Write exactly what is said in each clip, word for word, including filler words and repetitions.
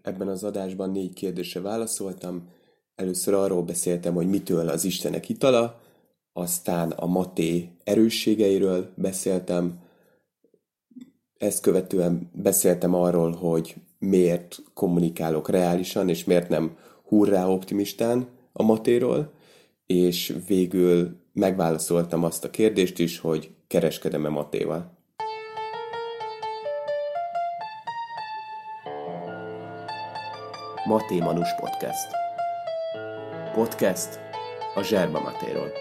Ebben az adásban négy kérdésre válaszoltam. Először arról beszéltem, hogy mitől az Istenek itala, aztán a maté erősségeiről beszéltem, ezt követően beszéltem arról, hogy miért kommunikálok reálisan, és miért nem hurrá optimistán a matéról, és végül megválaszoltam azt a kérdést is, hogy kereskedem-e matéval. Maté Manus Podcast. Podcast a Zserba Matéról.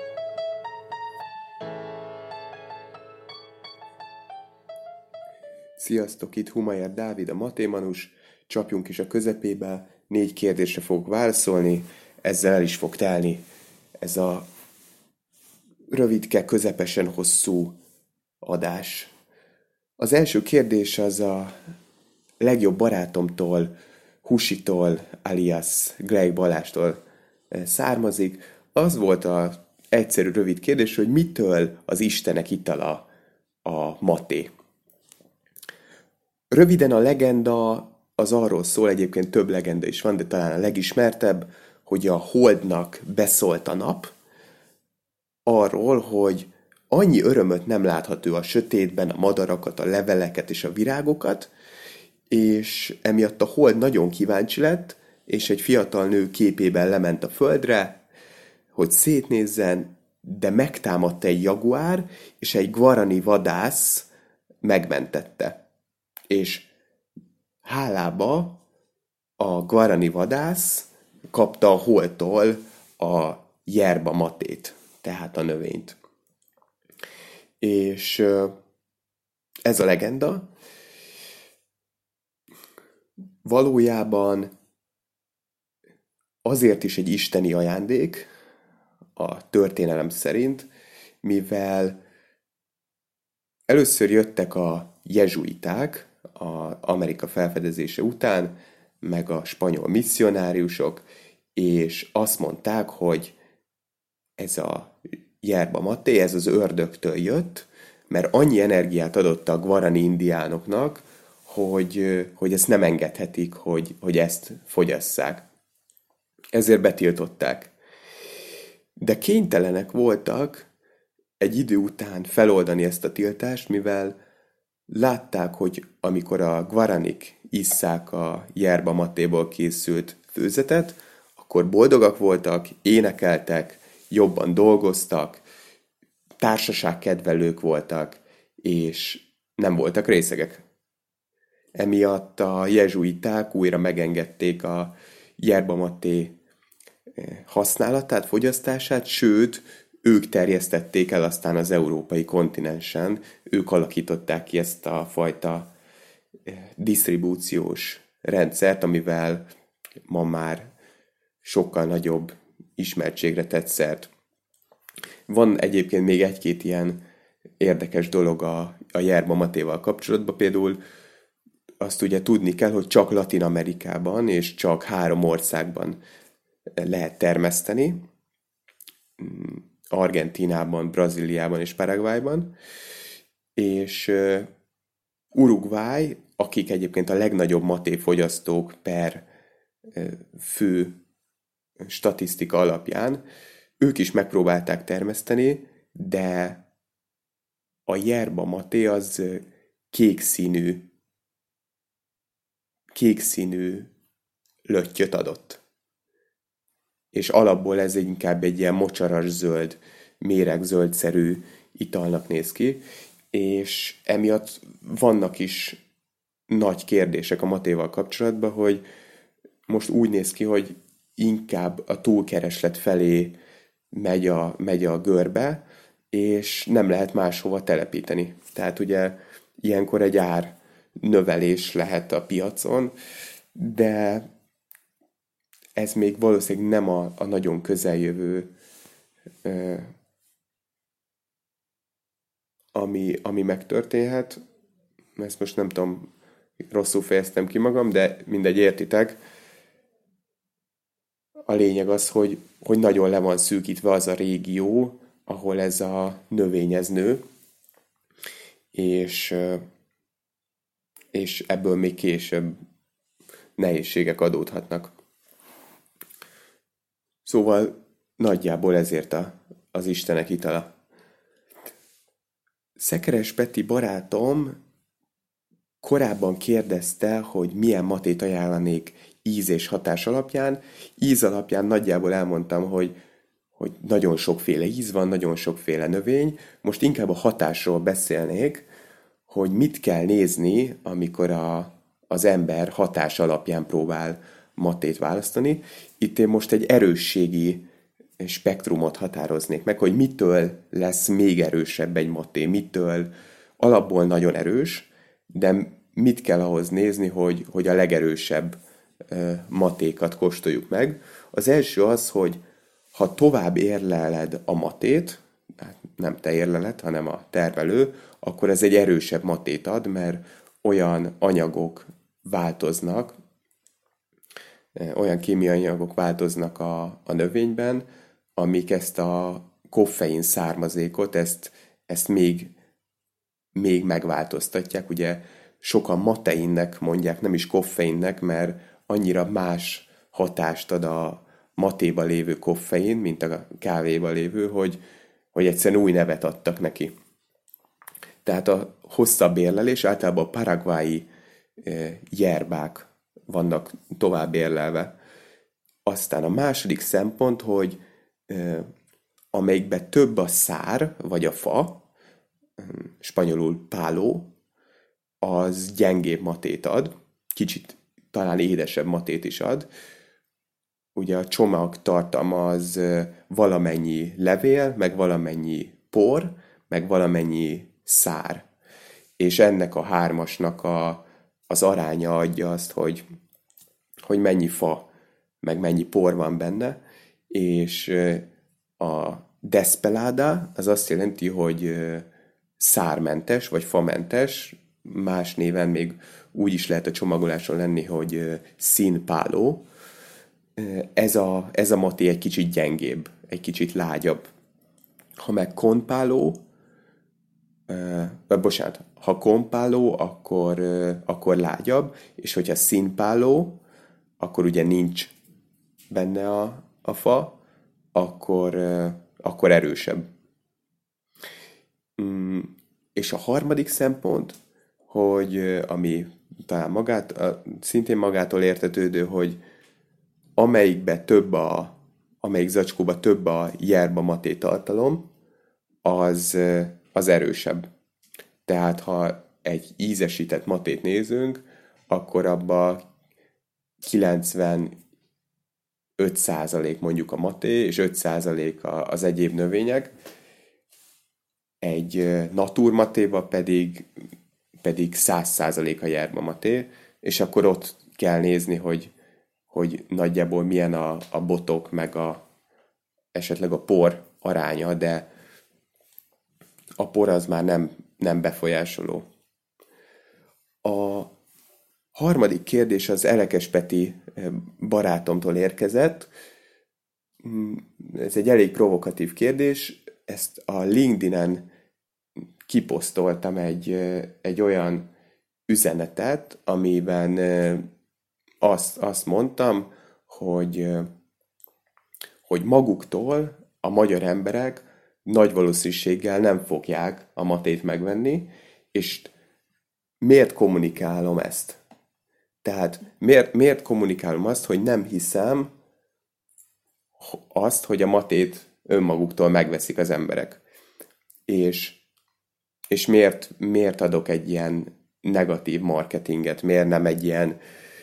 Sziasztok, itt Humayer Dávid, a Maté Manus. Csapjunk is a közepébe, négy kérdésre fogok válaszolni, ezzel el is fog telni ez a rövidke, közepesen hosszú adás. Az első kérdés az a legjobb barátomtól, Husitól, alias Greg Balástól származik. Az volt az egyszerű rövid kérdés, hogy mitől az Istenek itala a maté. Röviden a legenda az arról szól, egyébként több legenda is van, de talán a legismertebb, hogy a holdnak beszólt a nap, arról, hogy annyi örömöt nem láthat ő a sötétben, a madarakat, a leveleket és a virágokat, és emiatt a hold nagyon kíváncsi lett, és egy fiatal nő képében lement a földre, hogy szétnézzen, de megtámadta egy jaguár, és egy guarani vadász megmentette. És hálába a guarani vadász kapta a holdtól a yerba matét, tehát a növényt. És ez a legenda valójában azért is egy isteni ajándék a történelem szerint, mivel először jöttek a jezsuiták az Amerika felfedezése után, meg a spanyol misszionáriusok, és azt mondták, hogy ez a yerba maté, ez az ördögtől jött, mert annyi energiát adott a guarani indiánoknak, hogy, hogy ezt nem engedhetik, hogy, hogy ezt fogyasszák. Ezért betiltották. De kénytelenek voltak egy idő után feloldani ezt a tiltást, mivel látták, hogy amikor a guaranik isszák a yerba matéból készült főzetet, akkor boldogak voltak, énekeltek, jobban dolgoztak, társaságkedvelők voltak, és nem voltak részegek. Emiatt a jezsuiták újra megengedték a yerba maté használatát, fogyasztását, sőt, ők terjesztették el aztán az európai kontinensen, ők alakították ki ezt a fajta disztribúciós rendszert, amivel ma már sokkal nagyobb ismertségre tett szert. Van egyébként még egy-két ilyen érdekes dolog a, a yerba matéval kapcsolatban, például azt ugye tudni kell, hogy csak Latin-Amerikában és csak három országban lehet termeszteni, Argentínában, Brazíliában és Paraguayban, és Uruguay, akik egyébként a legnagyobb matéfogyasztók per fő statisztika alapján, ők is megpróbálták termeszteni, de a yerba maté az kék színű, kék színű löttyöt adott. És alapból ez inkább egy ilyen mocsaras zöld, méregzöldszerű italnak néz ki, és emiatt vannak is nagy kérdések a matéval kapcsolatban, hogy most úgy néz ki, hogy inkább a túlkereslet felé megy a, megy a görbe, és nem lehet máshova telepíteni. Tehát ugye ilyenkor egy ár növelés lehet a piacon, de ez még valószínűleg nem a, a nagyon közeljövő, ami, ami megtörténhet. Ezt most nem tudom, rosszul fejeztem ki magam, de mindegy, értitek. A lényeg az, hogy, hogy nagyon le van szűkítve az a régió, ahol ez a növény ez nő, és, és ebből még később nehézségek adódhatnak. Szóval nagyjából ezért a, az Istenek itala. Szekeres Peti barátom korábban kérdezte, hogy milyen matét ajánlanék íz és hatás alapján. Íz alapján nagyjából elmondtam, hogy, hogy nagyon sokféle íz van, nagyon sokféle növény. Most inkább a hatásról beszélnék, hogy mit kell nézni, amikor a, az ember hatás alapján próbál matét választani. Itt én most egy erősségi spektrumot határoznék meg, hogy mitől lesz még erősebb egy maté, mitől alapból nagyon erős, de mit kell ahhoz nézni, hogy, hogy a legerősebb matékat kóstoljuk meg. Az első az, hogy ha tovább érleled a matét, nem te érleled, hanem a termelő, akkor ez egy erősebb matét ad, mert olyan anyagok változnak, olyan kémiai anyagok változnak a, a növényben, amik ezt a koffein származékot, ezt, ezt még, még megváltoztatják. Ugye sokan mateinnek mondják, nem is koffeinnek, mert annyira más hatást ad a matéba lévő koffein, mint a kávéba lévő, hogy, hogy egyszerűen új nevet adtak neki. Tehát a hosszabb érlelés, általában a paraguayi yerbák vannak tovább érlelve. Aztán a második szempont, hogy amelyikben több a szár, vagy a fa, spanyolul páló, az gyengébb matét ad, kicsit talán édesebb matét is ad. Ugye a csomag tartalma az valamennyi levél, meg valamennyi por, meg valamennyi szár. És ennek a hármasnak a, az aránya adja azt, hogy, hogy mennyi fa, meg mennyi por van benne, és a despelada az azt jelenti, hogy szármentes, vagy famentes, más néven még úgy is lehet a csomagoláson lenni, hogy színpáló. Ez a, ez a maté egy kicsit gyengébb, egy kicsit lágyabb. Ha meg konpáló, uh, bocsánat, ha konpáló, akkor, uh, akkor lágyabb, és hogyha színpáló, akkor ugye nincs benne a, a fa, akkor, uh, akkor erősebb. Mm, és a harmadik szempont, hogy uh, ami talán magát, uh, szintén magától értetődő, hogy amelyikbe több a, amelyik zacskóba több a yerba maté tartalom, az, az erősebb. Tehát ha egy ízesített matét nézünk, akkor abba kilencvenöt százalék mondjuk a maté, és öt százalék az egyéb növények. Egy naturmatéba pedig, pedig száz százalék a yerba maté, és akkor ott kell nézni, hogy hogy nagyjából milyen a, a botok, meg a, esetleg a por aránya, de a por az már nem, nem befolyásoló. A harmadik kérdés az Elekes Peti barátomtól érkezett. Ez egy elég provokatív kérdés. Ezt a LinkedIn-en kiposztoltam egy, egy olyan üzenetet, amiben Azt, azt mondtam, hogy, hogy maguktól a magyar emberek nagy valószínűséggel nem fogják a matét megvenni, és miért kommunikálom ezt? Tehát miért, miért kommunikálom azt, hogy nem hiszem azt, hogy a matét önmaguktól megveszik az emberek? És, és miért, miért adok egy ilyen negatív marketinget? Miért nem egy ilyen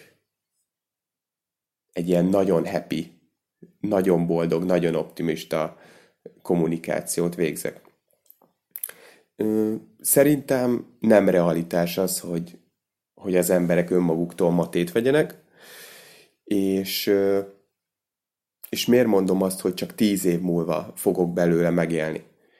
egy ilyen nagyon happy, nagyon boldog, nagyon optimista kommunikációt végzek. Szerintem nem realitás az, hogy, hogy az emberek önmaguktól matét vegyenek, és, és miért mondom azt, hogy csak tíz év múlva fogok belőle megélni.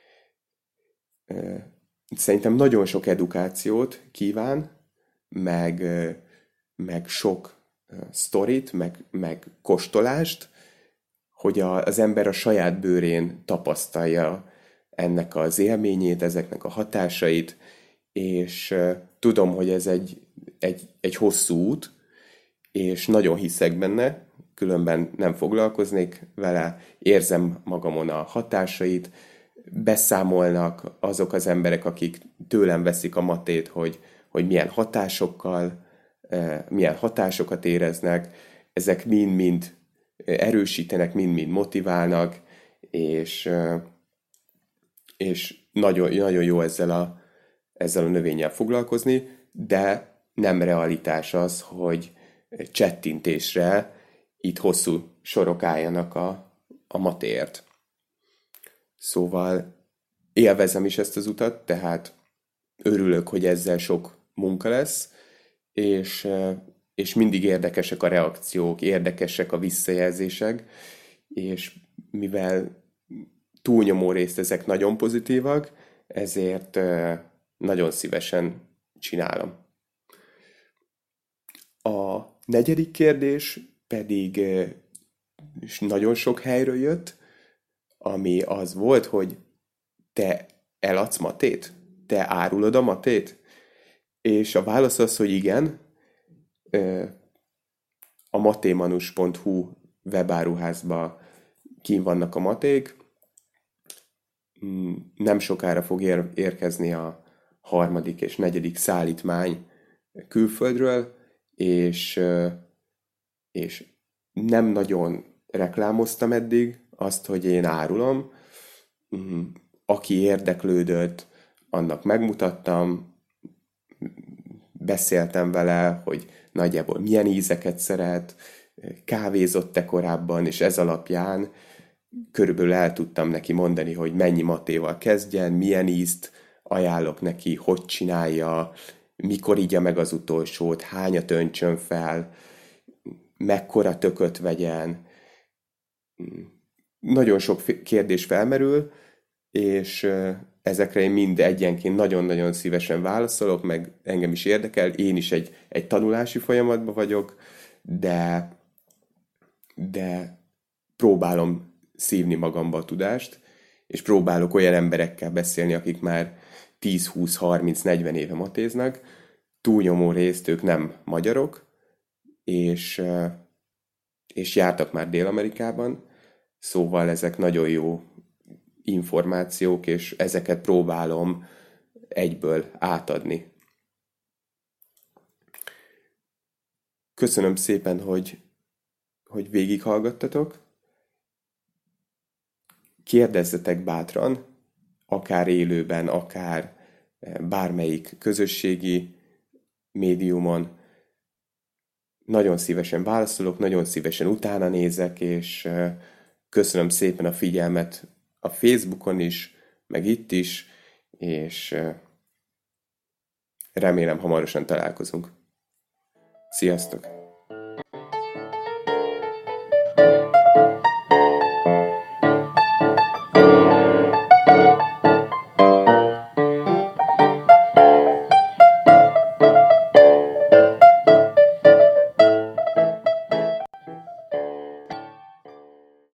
Szerintem nagyon sok edukációt kíván, meg, meg sok sztorit, meg, meg kóstolást, hogy a, az ember a saját bőrén tapasztalja ennek az élményét, ezeknek a hatásait, és uh, tudom, hogy ez egy, egy, egy hosszú út, és nagyon hiszek benne, különben nem foglalkoznék vele, érzem magamon a hatásait, beszámolnak azok az emberek, akik tőlem veszik a matét, hogy, hogy milyen hatásokkal, milyen hatásokat éreznek, ezek mind-mind erősítenek, mind-mind motiválnak, és, és nagyon, nagyon jó ezzel a, ezzel a növényel foglalkozni, de nem realitás az, hogy csettintésre itt hosszú sorok álljanak a, a matéért. Szóval élvezem is ezt az utat, tehát örülök, hogy ezzel sok munka lesz, és, és mindig érdekesek a reakciók, érdekesek a visszajelzések, és mivel túlnyomó részt ezek nagyon pozitívak, ezért nagyon szívesen csinálom. A negyedik kérdés pedig nagyon sok helyről jött, ami az volt, hogy te eladsz matét? Te árulod a matét? És a válasz az, hogy igen. A matémanus pont hu webáruházban kín vannak a maték. Nem sokára fog ér- érkezni a harmadik és negyedik szállítmány külföldről, és, és nem nagyon reklámoztam eddig azt, hogy én árulom. Aki érdeklődött, annak megmutattam, beszéltem vele, hogy nagyjából milyen ízeket szeret, kávézott-e korábban, és ez alapján körülbelül el tudtam neki mondani, hogy mennyi matéval kezdjen, milyen ízt ajánlok neki, hogy csinálja, mikor igya meg az utolsót, hányat öntsön fel, mekkora tököt vegyen. Nagyon sok kérdés felmerül, és ezekre én mind egyenként nagyon-nagyon szívesen válaszolok, meg engem is érdekel, én is egy, egy tanulási folyamatban vagyok, de, de próbálom szívni magamba a tudást, és próbálok olyan emberekkel beszélni, akik már tíz, húsz, harminc, negyven éve matéznak, túlnyomó részt ők nem magyarok, és, és jártak már Dél-Amerikában, szóval ezek nagyon jó információk, és ezeket próbálom egyből átadni. Köszönöm szépen, hogy, hogy végighallgattatok. Kérdezzetek bátran, akár élőben, akár bármelyik közösségi médiumon. Nagyon szívesen válaszolok, nagyon szívesen utána nézek, és köszönöm szépen a figyelmet a Facebookon is, meg itt is, és remélem hamarosan találkozunk. Sziasztok!